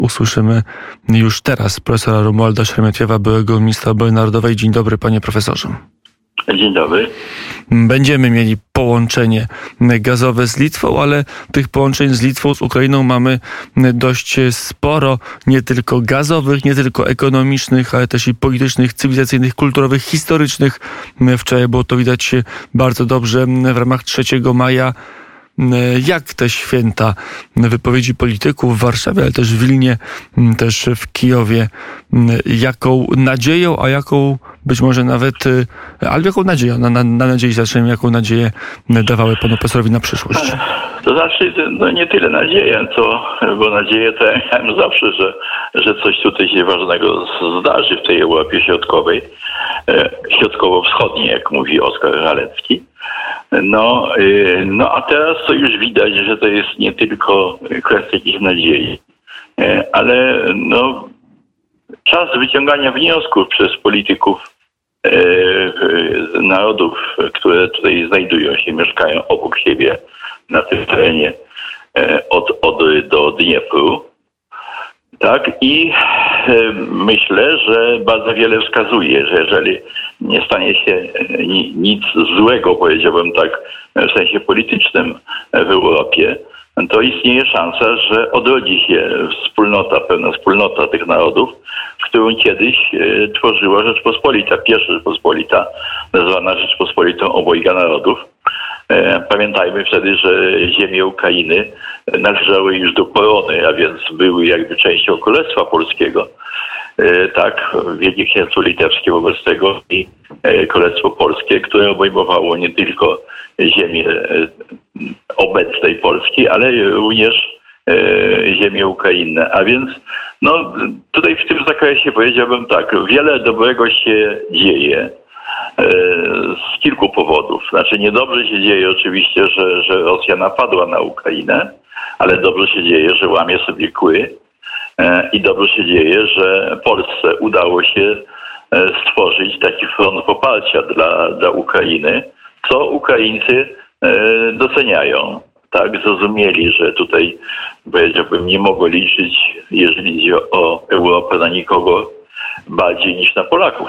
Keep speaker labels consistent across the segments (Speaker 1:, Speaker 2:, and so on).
Speaker 1: usłyszymy już teraz profesora Romualda Szeremiotiewa, byłego ministra obrony narodowej. Dzień dobry, panie profesorze.
Speaker 2: Dzień dobry.
Speaker 1: Będziemy mieli połączenie gazowe z Litwą, ale tych połączeń z Litwą, z Ukrainą mamy dość sporo, nie tylko gazowych, nie tylko ekonomicznych, ale też i politycznych, cywilizacyjnych, kulturowych, historycznych. Wczoraj było to widać bardzo dobrze w ramach 3 maja. Jak te święta, wypowiedzi polityków w Warszawie, ale też w Wilnie, też w Kijowie, jaką nadzieją, a jaką być może nawet, albo jaką nadzieję, na nadziei zaczniemy, jaką nadzieję dawały panu profesorowi na przyszłość?
Speaker 2: To znaczy, nie tyle nadzieję, bo nadzieję to ja miałem zawsze, że coś tutaj się ważnego zdarzy w tej Europie Środkowej, środkowo-wschodniej, jak mówi Oskar Halecki. A teraz to już widać, że to jest nie tylko kwestia jakiejś nadziei, ale czas wyciągania wniosków przez polityków narodów, które tutaj znajdują się, mieszkają obok siebie na tym terenie od Odry do Dniepru. Tak, i myślę, że bardzo wiele wskazuje, że jeżeli nie stanie się nic złego, powiedziałbym tak, w sensie politycznym w Europie, to istnieje szansa, że odrodzi się pewna wspólnota tych narodów, którą kiedyś tworzyła Rzeczpospolita, pierwsza Rzeczpospolita, nazwana Rzeczpospolitą Obojga Narodów. Pamiętajmy wtedy, że ziemie Ukrainy należały już do korony, a więc były jakby częścią Królestwa Polskiego. Tak, Wielkie Księstwo Litewskie wobec tego i Królestwo Polskie, które obejmowało nie tylko ziemię obecnej Polski, ale również ziemię Ukrainy. A więc tutaj w tym zakresie powiedziałbym tak, wiele dobrego się dzieje. Z kilku powodów. Znaczy niedobrze się dzieje oczywiście, że Rosja napadła na Ukrainę, ale dobrze się dzieje, że łamie sobie kły i dobrze się dzieje, że Polsce udało się stworzyć taki front poparcia dla Ukrainy, co Ukraińcy doceniają. Tak, zrozumieli, że tutaj, powiedziałbym, nie mogą liczyć, jeżeli idzie o Europę, na nikogo bardziej niż na Polaków.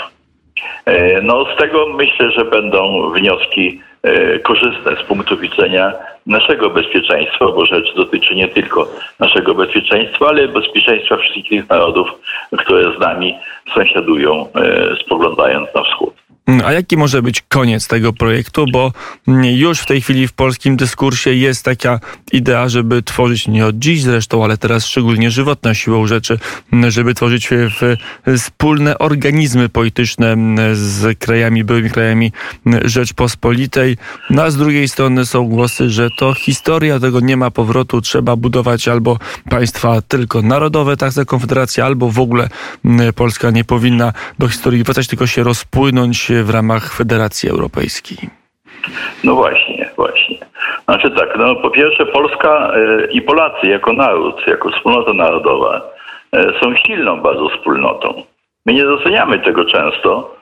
Speaker 2: Z tego myślę, że będą wnioski korzystne z punktu widzenia naszego bezpieczeństwa, bo rzecz dotyczy nie tylko naszego bezpieczeństwa, ale bezpieczeństwa wszystkich narodów, które z nami sąsiadują, spoglądając na wschód.
Speaker 1: A jaki może być koniec tego projektu? Bo już w tej chwili w polskim dyskursie jest taka idea, żeby tworzyć, nie od dziś zresztą, ale teraz szczególnie żywotna siłą rzeczy, żeby tworzyć wspólne organizmy polityczne z byłymi krajami Rzeczpospolitej. A z drugiej strony są głosy, że to historia, tego nie ma powrotu, trzeba budować albo państwa tylko narodowe, tak jak Konfederacja, albo w ogóle Polska nie powinna do historii wracać, tylko się rozpłynąć w ramach Federacji Europejskiej.
Speaker 2: Właśnie. Znaczy tak, po pierwsze Polska i Polacy jako naród, jako wspólnota narodowa są silną bardzo wspólnotą. My nie doceniamy tego często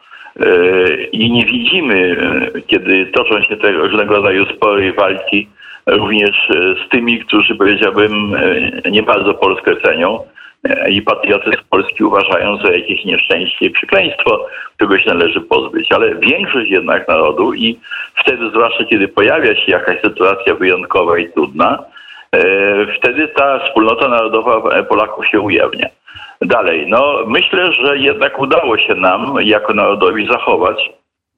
Speaker 2: i nie widzimy, kiedy toczą się te różnego rodzaju spory i walki również z tymi, którzy, powiedziałbym, nie bardzo Polskę cenią i patrioty z Polski uważają za jakieś nieszczęście i przekleństwo, którego się należy pozbyć. Ale większość jednak narodu i wtedy, zwłaszcza kiedy pojawia się jakaś sytuacja wyjątkowa i trudna, wtedy ta wspólnota narodowa Polaków się ujawnia. Dalej, myślę, że jednak udało się nam jako narodowi zachować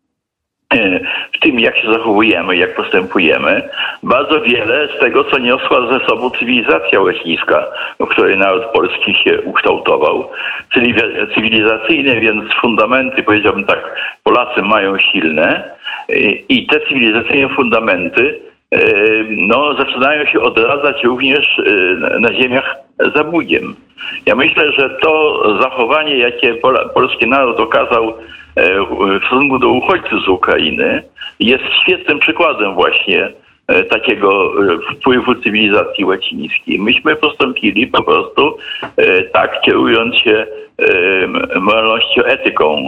Speaker 2: w tym, jak się zachowujemy, jak postępujemy, bardzo wiele z tego, co niosła ze sobą cywilizacja łacińska, w której naród polski się ukształtował. Czyli cywilizacyjne, więc fundamenty, powiedziałbym tak, Polacy mają silne i te cywilizacyjne fundamenty zaczynają się odradzać również na ziemiach za Bugiem. Ja myślę, że to zachowanie, jakie polski naród okazał w stosunku do uchodźców z Ukrainy, jest świetnym przykładem właśnie takiego wpływu cywilizacji łacińskiej. Myśmy postąpili po prostu tak, kierując się moralnością, etyką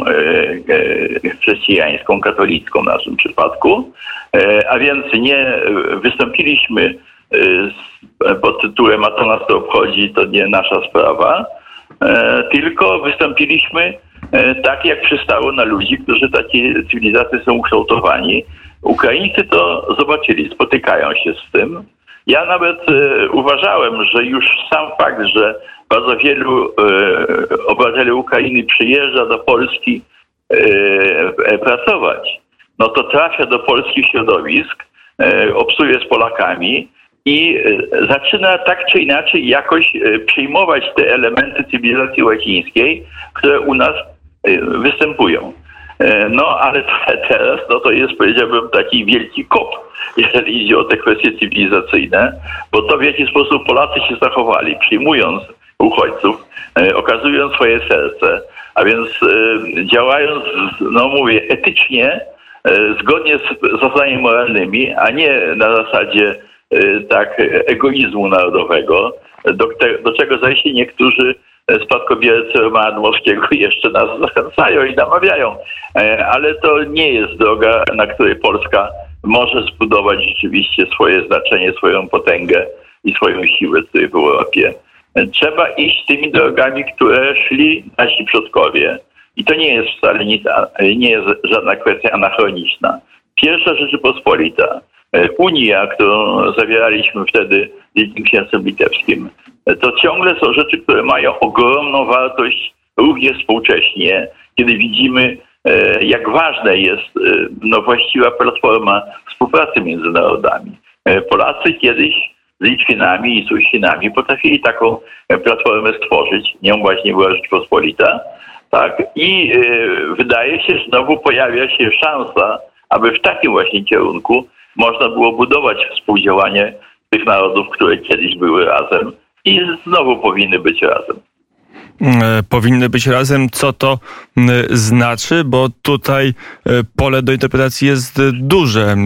Speaker 2: chrześcijańską, katolicką w naszym przypadku, a więc nie wystąpiliśmy pod tytułem "A to nas to obchodzi, to nie nasza sprawa", tylko wystąpiliśmy tak, jak przystało na ludzi, którzy takie cywilizacje są ukształtowani. Ukraińcy to zobaczyli, spotykają się z tym. Ja nawet uważałem, że już sam fakt, że bardzo wielu obywateli Ukrainy przyjeżdża do Polski pracować, no to trafia do polskich środowisk, obcuje z Polakami i zaczyna tak czy inaczej jakoś przyjmować te elementy cywilizacji łacińskiej, które u nas występują. No ale teraz to jest, powiedziałbym, taki wielki kop, jeżeli idzie o te kwestie cywilizacyjne, bo to, w jaki sposób Polacy się zachowali, przyjmując uchodźców, okazując swoje serce, a więc działając, no mówię, etycznie, zgodnie z zasadami moralnymi, a nie na zasadzie tak egoizmu narodowego, do czego zajście niektórzy spadkobiercy Romana Dmowskiego jeszcze nas zachęcają i namawiają. Ale to nie jest droga, na której Polska może zbudować rzeczywiście swoje znaczenie, swoją potęgę i swoją siłę tutaj w Europie. Trzeba iść tymi drogami, które szli nasi przodkowie. I to nie jest wcale nie jest żadna kwestia anachroniczna. Pierwsza Rzeczypospolita, Unia, którą zawieraliśmy wtedy z Wielkim Księstwem Litewskim, to ciągle są rzeczy, które mają ogromną wartość również współcześnie, kiedy widzimy, jak ważna jest właściwa platforma współpracy między narodami. Polacy kiedyś z Litwinami i z Rusinami potrafili taką platformę stworzyć, nią właśnie była Rzeczpospolita, tak? I wydaje się, że znowu pojawia się szansa, aby w takim właśnie kierunku można było budować współdziałanie tych narodów, które kiedyś były razem i znowu powinny być razem.
Speaker 1: Powinny być razem. Co to znaczy? Bo tutaj pole do interpretacji jest duże.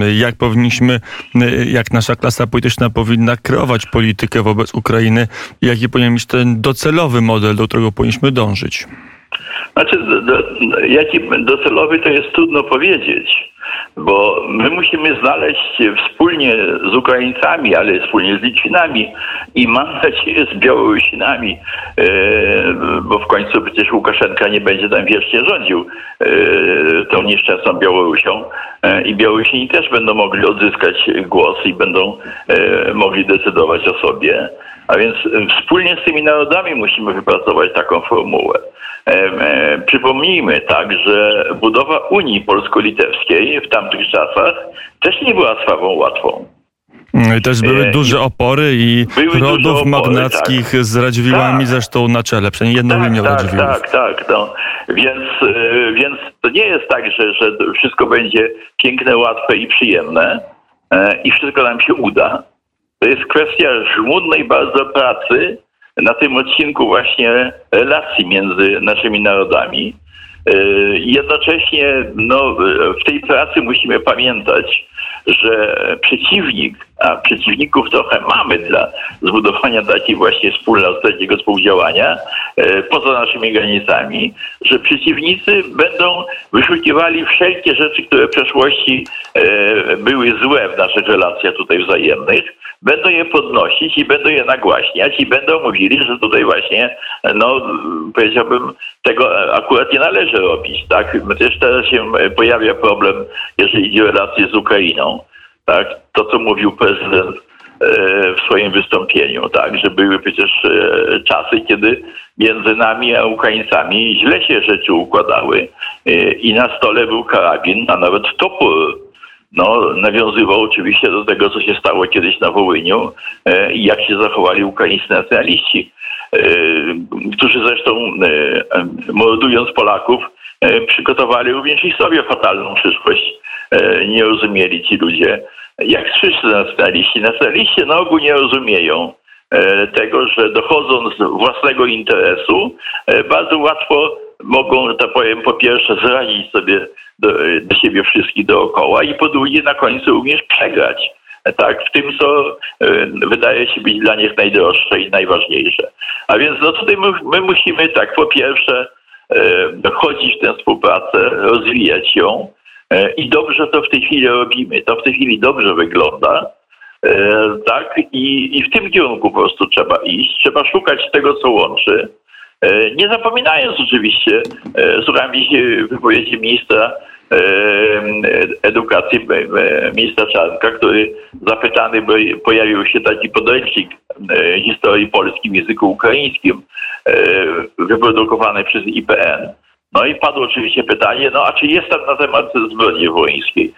Speaker 1: Jak nasza klasa polityczna powinna kreować politykę wobec Ukrainy? Jaki powinien być ten docelowy model, do którego powinniśmy dążyć?
Speaker 2: Znaczy, jaki docelowy, to jest trudno powiedzieć, bo my musimy znaleźć wspólnie z Ukraińcami, ale wspólnie z Litwinami i mam nadzieję z Białorusinami, bo w końcu przecież Łukaszenka nie będzie tam wiecznie rządził tą nieszczęsną Białorusią i Białorusini też będą mogli odzyskać głos i będą mogli decydować o sobie. A więc wspólnie z tymi narodami musimy wypracować taką formułę. Przypomnijmy tak, że budowa Unii Polsko-Litewskiej w tamtych czasach też nie była sprawą łatwą.
Speaker 1: Też były duże opory i rodów magnackich tak. Z Radziwiłłami zresztą na czele, przynajmniej jedną linią Radziwiłłów.
Speaker 2: Tak. No. Więc to nie jest tak, że wszystko będzie piękne, łatwe i przyjemne i wszystko nam się uda. To jest kwestia żmudnej bardzo pracy na tym odcinku właśnie relacji między naszymi narodami. Jednocześnie w tej pracy musimy pamiętać, że przeciwników trochę mamy dla zbudowania takiej właśnie takiego współdziałania poza naszymi granicami, że przeciwnicy będą wyszukiwali wszelkie rzeczy, które w przeszłości były złe w naszych relacjach tutaj wzajemnych, będą je podnosić i będą je nagłaśniać i będą mówili, że tutaj właśnie, powiedziałbym, tego akurat nie należy robić, tak? Też teraz się pojawia problem, jeżeli idzie o relacje z Ukrainą, tak? To, co mówił prezydent w swoim wystąpieniu, tak? Że były przecież czasy, kiedy między nami a Ukraińcami źle się rzeczy układały i na stole był karabin, a nawet topór. Nawiązywał oczywiście do tego, co się stało kiedyś na Wołyniu i jak się zachowali ukraińscy nacjonaliści, którzy zresztą mordując Polaków przygotowali również i sobie fatalną przyszłość. Nie rozumieli ci ludzie, jak wszyscy nacjonaliści. Nacjonaliści na ogół nie rozumieją tego, że dochodząc do własnego interesu bardzo łatwo mogą, że tak powiem, po pierwsze zrazić sobie do siebie wszystkich dookoła i po drugie na końcu również przegrać. Tak, w tym, co wydaje się być dla nich najdroższe i najważniejsze. A więc tutaj my musimy tak, po pierwsze chodzić w tę współpracę, rozwijać ją i dobrze to w tej chwili robimy. To w tej chwili dobrze wygląda. Tak, i w tym kierunku po prostu trzeba iść. Trzeba szukać tego, co łączy. Nie zapominając oczywiście, słuchałem dziś wypowiedzi ministra edukacji, ministra Czarnka, który zapytany, bo pojawił się taki podręcznik historii Polski w języku ukraińskim, wyprodukowany przez IPN. No i padło oczywiście pytanie, a czy jest tam na temat zbrodni wołyńskiej?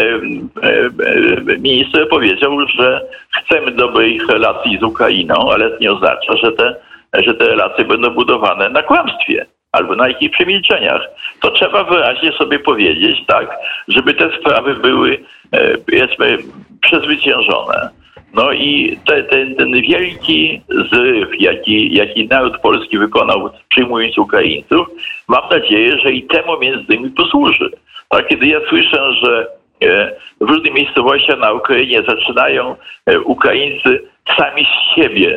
Speaker 2: Minister powiedział, że chcemy dobrych relacji z Ukrainą, ale to nie oznacza, że te relacje będą budowane na kłamstwie albo na jakichś przemilczeniach. To trzeba wyraźnie sobie powiedzieć, tak, żeby te sprawy były, powiedzmy, przezwyciężone. No i ten wielki zryw, jaki naród polski wykonał, przyjmując Ukraińców, mam nadzieję, że i temu między innymi posłuży. Tak, kiedy ja słyszę, że w różnych miejscowościach na Ukrainie zaczynają Ukraińcy sami z siebie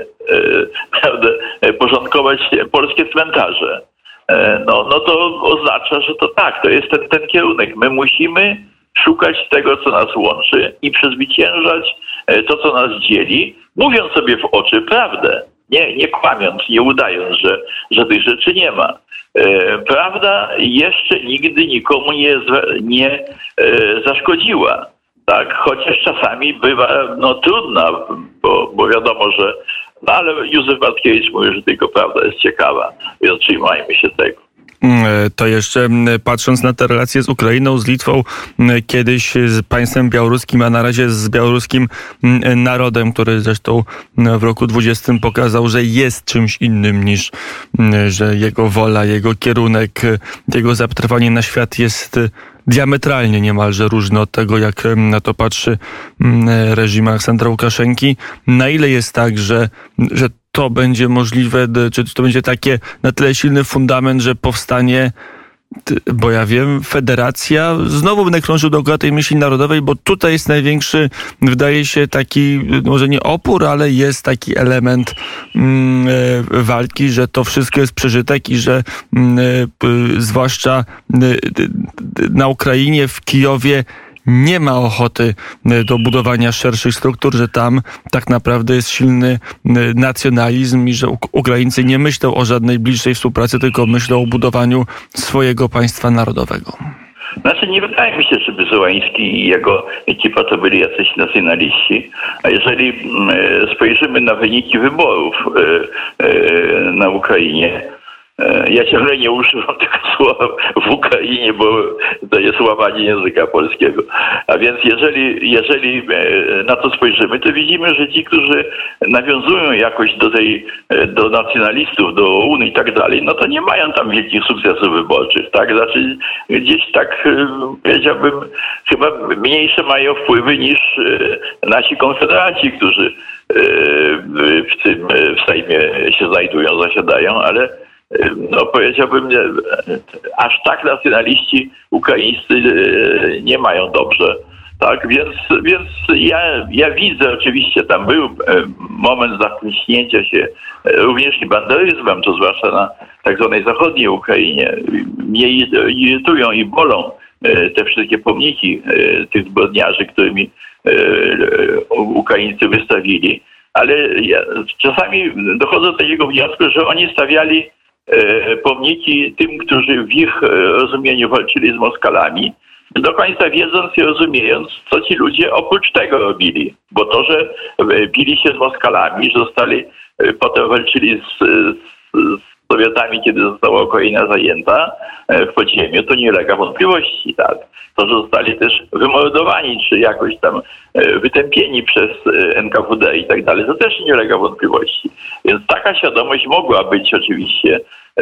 Speaker 2: porządkować polskie cmentarze, no to oznacza, że to tak, to jest ten kierunek. My musimy szukać tego, co nas łączy i przezwyciężać to, co nas dzieli, mówiąc sobie w oczy prawdę, nie kłamiąc, nie udając, że tych rzeczy nie ma. Prawda jeszcze nigdy nikomu nie zaszkodziła. Tak, chociaż czasami bywa trudna, bo wiadomo, że ale Józef Mackiewicz mówi, że tylko prawda jest ciekawa, więc trzymajmy się tego.
Speaker 1: To jeszcze patrząc na te relacje z Ukrainą, z Litwą, kiedyś z państwem białoruskim, a na razie z białoruskim narodem, który zresztą w roku 20 pokazał, że jest czymś innym niż, że jego wola, jego kierunek, jego zapatrzenie na świat jest diametralnie niemalże różny od tego, jak na to patrzy reżim Aleksandra Łukaszenki. Na ile jest tak, że to będzie możliwe, czy to będzie takie na tyle silny fundament, że powstanie, bo ja wiem, federacja, znowu będę krążył dookoła tej myśli narodowej, bo tutaj jest największy, wydaje się, taki, może nie opór, ale jest taki element walki, że to wszystko jest przeżytek i że zwłaszcza na Ukrainie, w Kijowie nie ma ochoty do budowania szerszych struktur, że tam tak naprawdę jest silny nacjonalizm i że Ukraińcy nie myślą o żadnej bliższej współpracy, tylko myślą o budowaniu swojego państwa narodowego.
Speaker 2: Znaczy nie wydaje mi się, żeby Zełański i jego ekipa to byli jacyś nacjonaliści. A jeżeli spojrzymy na wyniki wyborów na Ukrainie, ja ciągle nie używam tego słowa w Ukrainie, bo to jest łamanie języka polskiego. A więc jeżeli na to spojrzymy, to widzimy, że ci, którzy nawiązują jakoś do nacjonalistów, do Unii i tak dalej, no to nie mają tam wielkich sukcesów wyborczych, tak? Znaczy gdzieś tak, powiedziałbym, chyba mniejsze mają wpływy niż nasi konfederaci, którzy w Sejmie się znajdują, zasiadają, ale powiedziałbym, aż tak nacjonaliści ukraińscy nie mają dobrze. Tak, więc ja widzę, oczywiście tam był moment zachłyśnięcia się również i banderyzmem, to zwłaszcza na tak zwanej zachodniej Ukrainie. Mnie irytują i bolą te wszystkie pomniki tych zbrodniarzy, którymi Ukraińcy wystawili, ale czasami dochodzę do takiego wniosku, że oni stawiali pomniki tym, którzy w ich rozumieniu walczyli z Moskalami, do końca wiedząc i rozumiejąc, co ci ludzie oprócz tego robili. Bo to, że bili się z Moskalami, że potem walczyli z Sowietami, kiedy została Ukraina zajęta w podziemiu, to nie ulega wątpliwości. Tak? To, że zostali też wymordowani, czy jakoś tam wytępieni przez NKWD i tak dalej, to też nie ulega wątpliwości. Więc taka świadomość mogła być oczywiście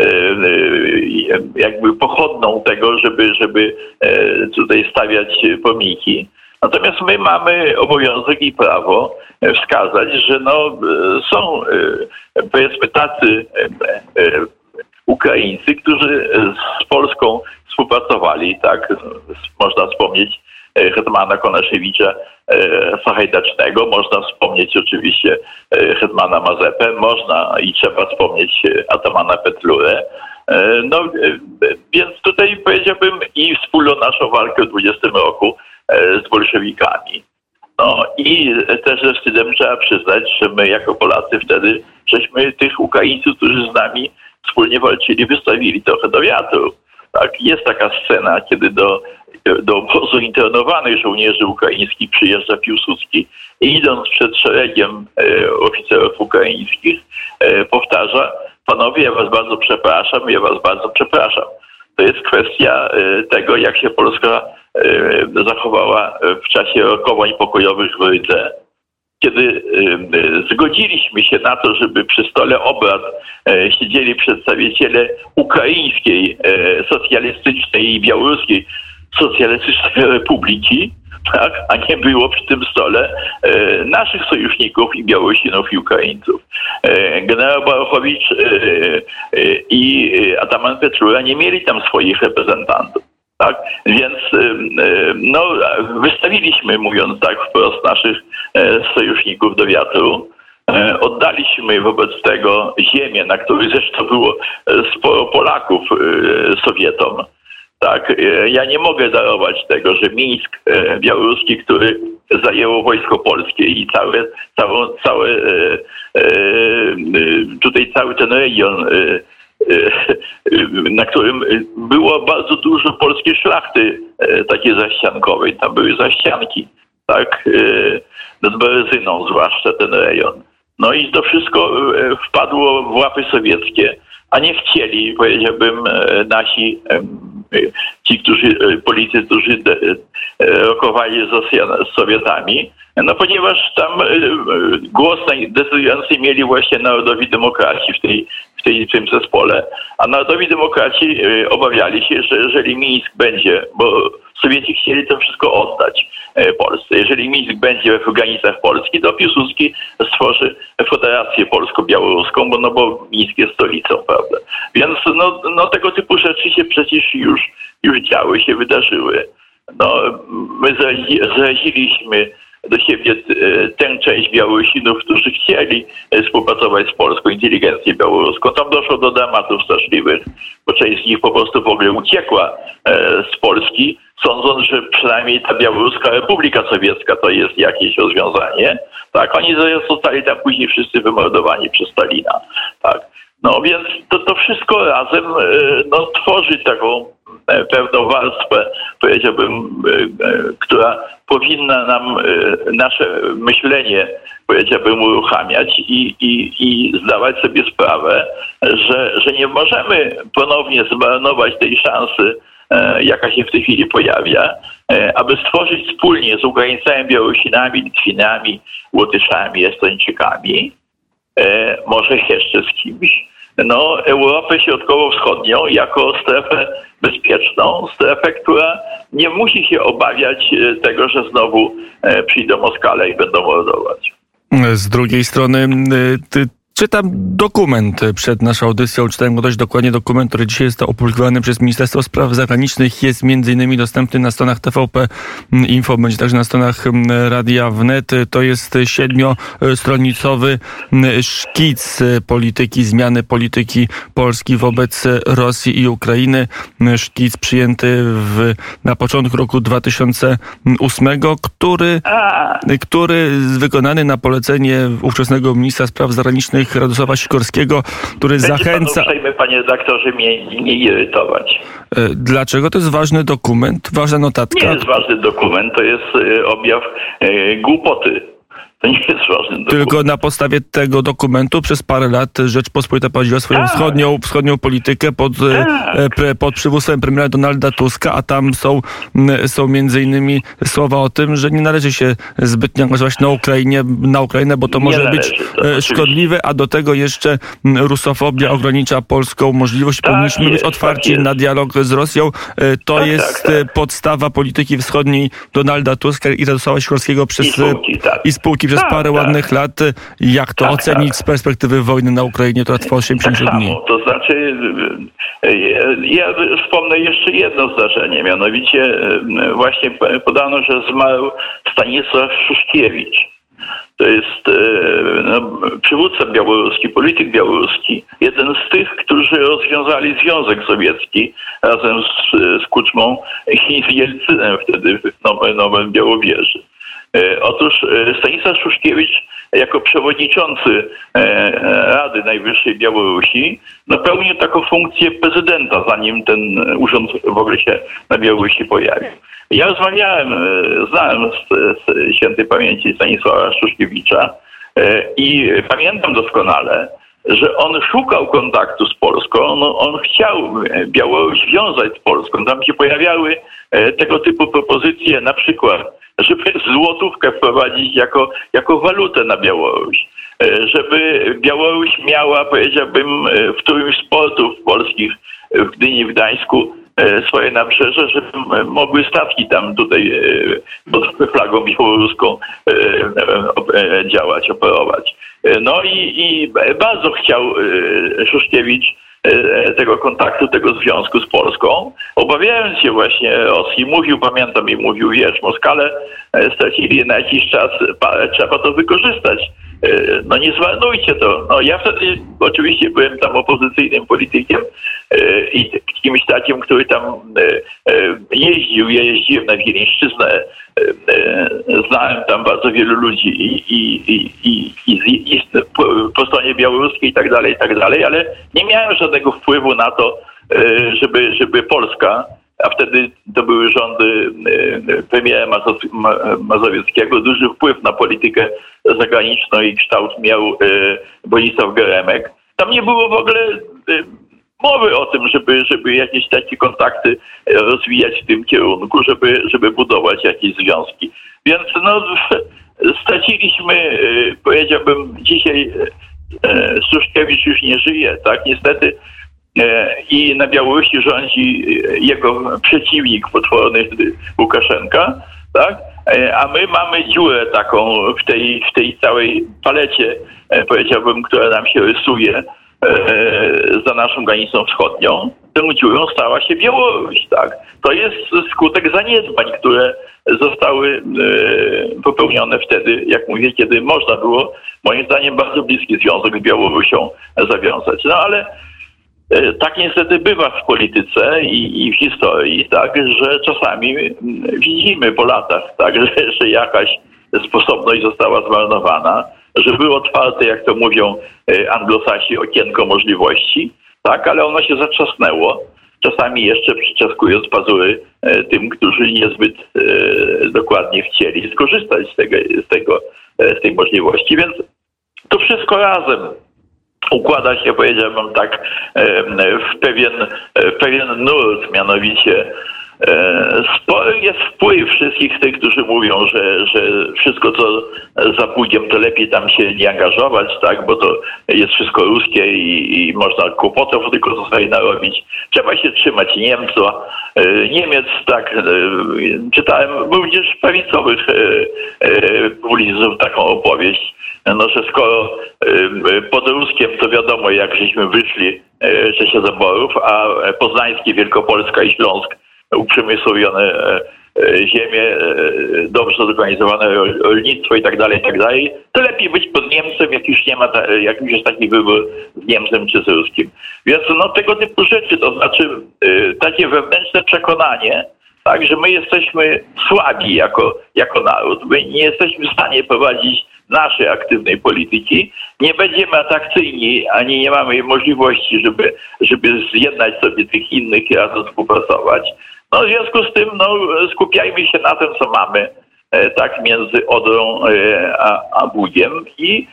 Speaker 2: jakby pochodną tego, żeby tutaj stawiać pomniki. Natomiast my mamy obowiązek i prawo wskazać, że są powiedzmy tacy Ukraińcy, którzy z Polską współpracowali, tak, można wspomnieć hetmana Konaszewicza Sachajdacznego, można wspomnieć oczywiście hetmana Mazepę, można i trzeba wspomnieć atamana Petlurę. Więc tutaj powiedziałbym i wspólną naszą walkę w 20 roku z bolszewikami. No i też ze wstydem trzeba przyznać, że my jako Polacy wtedy żeśmy tych Ukraińców, którzy z nami wspólnie walczyli, wystawili trochę do wiatru. Tak, jest taka scena, kiedy do obozu internowanych żołnierzy ukraińskich przyjeżdża Piłsudski i idąc przed szeregiem oficerów ukraińskich powtarza: panowie, ja was bardzo przepraszam, ja was bardzo przepraszam. To jest kwestia tego, jak się Polska zachowała w czasie rokowań pokojowych w Rydze, kiedy zgodziliśmy się na to, żeby przy stole obrad siedzieli przedstawiciele ukraińskiej socjalistycznej i białoruskiej socjalistycznej republiki, tak, a nie było przy tym stole naszych sojuszników i Białorusinów i Ukraińców. Generał Baruchowicz i ataman Petlura nie mieli tam swoich reprezentantów. Tak? Więc no, wystawiliśmy, mówiąc tak wprost, naszych sojuszników do wiatru. Oddaliśmy wobec tego ziemię, na której zresztą było sporo Polaków Sowietom. Tak, ja nie mogę darować tego, że Mińsk białoruski, który zajęło wojsko polskie i cały ten region, na którym było bardzo dużo polskiej szlachty takiej zaściankowej. Tam były zaścianki, tak, nad Berezyną zwłaszcza ten rejon. No i to wszystko wpadło w łapy sowieckie, a nie chcieli, powiedziałbym, nasi politycy, którzy rokowali z Sowietami, no ponieważ tam głos decydujący mieli właśnie narodowi demokraci w tym zespole, a narodowi demokraci obawiali się, że jeżeli Mińsk będzie, bo Sowieci chcieli to wszystko oddać Polsce. Jeżeli Mińsk będzie w granicach Polski, to Piłsudski stworzy Federację Polsko-Białoruską, bo Mińsk jest stolicą, prawda? Więc no tego typu rzeczy się przecież już działy, się wydarzyły. No, my zaraziliśmy do siebie tę część Białorusinów, którzy chcieli współpracować z polską inteligencją białoruską. Tam doszło do dramatów straszliwych, bo część z nich po prostu w ogóle uciekła z Polski, sądząc, że przynajmniej ta Białoruska Republika Sowiecka to jest jakieś rozwiązanie. Tak, oni zostali tam później wszyscy wymordowani przez Stalina. Tak. No więc to wszystko razem no, tworzy taką pewną warstwę, powiedziałbym, która powinna nam nasze myślenie, powiedziałbym, uruchamiać i zdawać sobie sprawę, że nie możemy ponownie zmarnować tej szansy, jaka się w tej chwili pojawia, aby stworzyć wspólnie z Ukraińcami, Białorusinami, Litwinami, Łotyszami, Estończykami, może jeszcze z kimś, no, Europę Środkowo-Wschodnią jako strefę bezpieczną, strefę, która nie musi się obawiać tego, że znowu przyjdą Moskale i będą mordować.
Speaker 1: Z drugiej strony czytam dokument przed naszą audycją, czytałem go dość dokładnie, dokument, który dzisiaj jest opublikowany przez Ministerstwo Spraw Zagranicznych, jest między innymi dostępny na stronach TVP Info, będzie także na stronach Radia Wnet. To jest 7-stronicowy szkic zmiany polityki Polski wobec Rosji i Ukrainy. Szkic przyjęty na początku roku 2008, który wykonany na polecenie ówczesnego ministra spraw zagranicznych Radosława Sikorskiego, który zachęca...
Speaker 2: Uprzejmy, panie redaktorze, mnie nie irytować.
Speaker 1: Dlaczego? To jest ważny dokument, ważna notatka.
Speaker 2: Nie jest ważny dokument, to jest objaw głupoty. To nie jest ważny dokument.
Speaker 1: Tylko na podstawie tego dokumentu przez parę lat Rzeczpospolita prowadziła swoją wschodnią politykę pod przywództwem premiera Donalda Tuska, a tam są między innymi słowa o tym, że nie należy się zbytnio angażować na Ukrainę, bo to może być szkodliwe, a do tego jeszcze rusofobia ogranicza polską możliwość. Powinniśmy być otwarci na dialog z Rosją. To jest podstawa polityki wschodniej Donalda Tuska i Radosława Sikorskiego i spółki przez parę ładnych lat. Jak to ocenić z perspektywy wojny na Ukrainie, która trwa 80 dni?
Speaker 2: To znaczy, ja wspomnę jeszcze jedno zdarzenie, mianowicie właśnie podano, że zmarł Stanisław Szuszkiewicz. To jest przywódca białoruski, polityk białoruski, jeden z tych, którzy rozwiązali Związek Sowiecki razem z Kuczmą i z Jelcynem wtedy w Nowym Białowieży. Otóż Stanisław Szuszkiewicz jako przewodniczący Rady Najwyższej Białorusi pełnił taką funkcję prezydenta, zanim ten urząd w ogóle się na Białorusi pojawił. Ja znałem z świętej pamięci Stanisława Szuszkiewicza i pamiętam doskonale, że on szukał kontaktu z Polską, on chciał Białoruś wiązać z Polską. Tam się pojawiały tego typu propozycje, na przykład, żeby złotówkę wprowadzić jako walutę na Białoruś, żeby Białoruś miała, powiedziałbym, w którymś z portów polskich, w Gdyni, w Gdańsku, swoje nabrzeże, żeby mogły statki tam tutaj pod flagą białoruską działać, operować. No i bardzo chciał Szuszkiewicz tego kontaktu, tego związku z Polską, obawiając się właśnie Rosji. Pamiętam, wiesz, Moskale stracili na jakiś czas, trzeba to wykorzystać. Nie zmarnujcie to. Ja wtedy oczywiście byłem tam opozycyjnym politykiem i kimś takim, który tam jeździłem na Wileńszczyznę, znałem tam bardzo wielu ludzi i po stronie białoruskiej i tak dalej, ale nie miałem żadnego wpływu na to, żeby Polska, a wtedy to były rządy premiera Mazowieckiego, duży wpływ na politykę zagraniczną i kształt miał Bronisław Geremek. Tam nie było w ogóle mowy o tym, żeby jakieś takie kontakty rozwijać w tym kierunku, żeby budować jakieś związki. Więc straciliśmy, powiedziałbym, dzisiaj Szuszkiewicz już nie żyje, tak, niestety. I na Białorusi rządzi jego przeciwnik potworny Łukaszenka, tak? A my mamy dziurę taką w tej całej palecie, powiedziałbym, która nam się rysuje za naszą granicą wschodnią. Tą dziurą stała się Białoruś, tak? To jest skutek zaniedbań, które zostały popełnione wtedy, jak mówię, kiedy można było, moim zdaniem, bardzo bliski związek z Białorusią zawiązać. Ale tak niestety bywa w polityce i w historii, tak, że czasami widzimy po latach, tak, że jakaś sposobność została zmarnowana, że było otwarte, jak to mówią anglosasi, okienko możliwości, tak, ale ono się zatrzasnęło. Czasami jeszcze przyciaskując pazury tym, którzy niezbyt dokładnie chcieli skorzystać z tej możliwości. Więc to wszystko razem układa się, powiedziałbym tak, w pewien nurt, mianowicie spory jest wpływ wszystkich tych, którzy mówią, że wszystko co za Bugiem, to lepiej tam się nie angażować, tak, bo to jest wszystko ruskie i można kłopotów tylko sobie narobić. Trzeba się trzymać Niemiec, tak, czytałem również prawicowych publicystów taką opowieść, że skoro pod Ruskiem to wiadomo, jak żeśmy wyszli w czasie zaborów, a Poznańskie, Wielkopolska i Śląsk, uprzemysłowione ziemie, dobrze zorganizowane rolnictwo i tak dalej, to lepiej być pod Niemcem, jak już nie ma, jak już jest taki wybór z Niemcem czy z Ruskim. Więc tego typu rzeczy, to znaczy takie wewnętrzne przekonanie, tak, że my jesteśmy słabi jako naród, my nie jesteśmy w stanie prowadzić naszej aktywnej polityki, nie będziemy atrakcyjni, ani nie mamy możliwości, żeby zjednać sobie tych innych i razem współpracować. W związku z tym skupiajmy się na tym, co mamy, tak, między Odrą a Bugiem i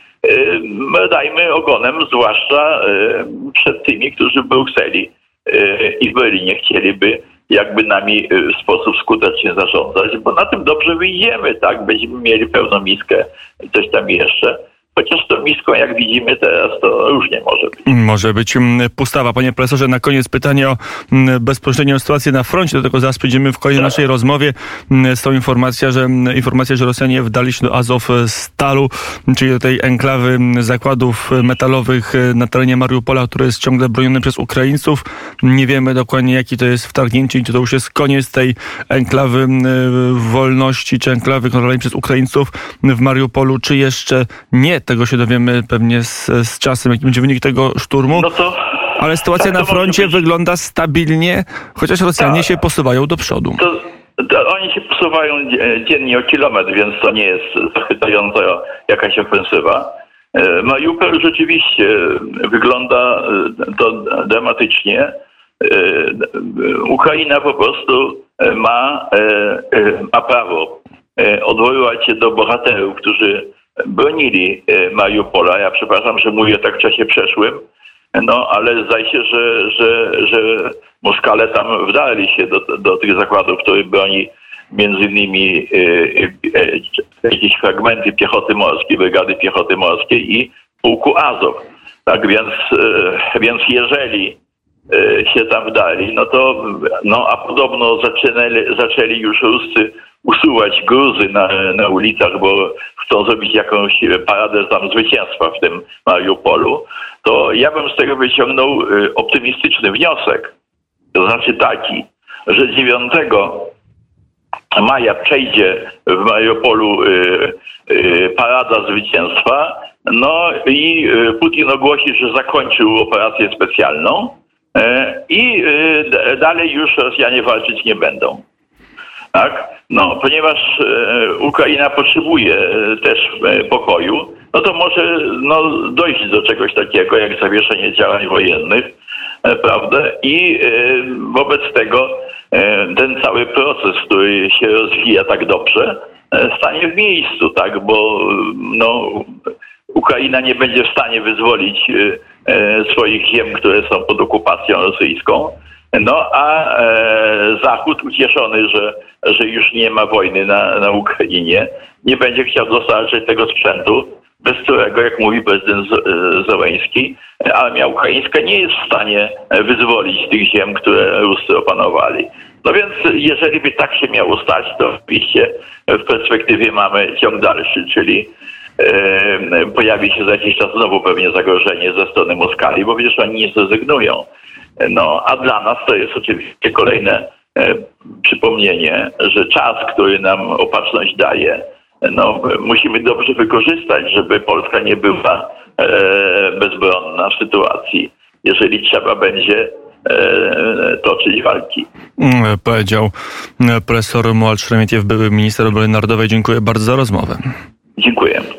Speaker 2: dajmy ogonem, zwłaszcza przed tymi, którzy w Brukseli i w Berlinie chcieliby jakby nami w sposób skutecznie zarządzać, bo na tym dobrze wyjdziemy, tak? Będziemy mieli pełną miskę i coś tam jeszcze. Chociaż tą miską, jak widzimy teraz, to różnie może być. Może być
Speaker 1: pustawa. Panie profesorze, na koniec pytanie o bezpośrednią sytuację na froncie. Do tego zaraz przejdziemy w kolejnej naszej rozmowie. Jest to informacja, że Rosjanie wdali się do Azowstalu, czyli do tej enklawy zakładów metalowych na terenie Mariupola, który jest ciągle broniony przez Ukraińców. Nie wiemy dokładnie, jaki to jest wtargnięcie i czy to już jest koniec tej enklawy wolności, czy enklawy kontrolowanej przez Ukraińców w Mariupolu, czy jeszcze nie. Tego się dowiemy pewnie z czasem, jaki będzie wynik tego szturmu. Ale sytuacja na froncie wygląda stabilnie, chociaż Rosjanie się posuwają do przodu.
Speaker 2: Oni się posuwają dziennie o kilometr, więc to nie jest zachwycająca jakaś ofensywa. Mariupol rzeczywiście wygląda to dramatycznie. Ukraina po prostu ma prawo odwoływać się do bohaterów, którzy bronili Mariupola. Ja przepraszam, że mówię tak w czasie przeszłym, ale zdaje się, że Moskale tam wdali się do tych zakładów, które broni między innymi jakieś fragmenty piechoty morskiej, brygady piechoty morskiej i pułku Azow. Tak więc jeżeli się tam wdali, a podobno zaczęli już Ruscy usuwać gruzy na ulicach, bo chcą zrobić jakąś paradę tam zwycięstwa w tym Mariupolu, to ja bym z tego wyciągnął optymistyczny wniosek. To znaczy taki, że 9 maja przejdzie w Mariupolu parada zwycięstwa, i Putin ogłosi, że zakończył operację specjalną i dalej już Rosjanie walczyć nie będą. Tak? Ponieważ Ukraina potrzebuje też pokoju, to może dojść do czegoś takiego jak zawieszenie działań wojennych, prawda? I wobec tego ten cały proces, który się rozwija tak dobrze, stanie w miejscu, tak? Bo Ukraina nie będzie w stanie wyzwolić swoich ziem, które są pod okupacją rosyjską. A Zachód ucieszony, że już nie ma wojny na Ukrainie, nie będzie chciał dostarczyć tego sprzętu, bez którego, jak mówi prezydent Zełenski, armia ukraińska nie jest w stanie wyzwolić tych ziem, które Ruscy opanowali. Więc jeżeli by tak się miało stać, to oczywiście w perspektywie mamy ciąg dalszy, czyli pojawi się za jakiś czas znowu pewnie zagrożenie ze strony Moskali, bo przecież oni nie zrezygnują. A dla nas to jest oczywiście kolejne przypomnienie, że czas, który nam opatrzność daje, musimy dobrze wykorzystać, żeby Polska nie była bezbronna w sytuacji, jeżeli trzeba będzie toczyć walki.
Speaker 1: Powiedział profesor Romuald Szeremietiew, były minister obrony narodowej. Dziękuję bardzo za rozmowę.
Speaker 2: Dziękuję.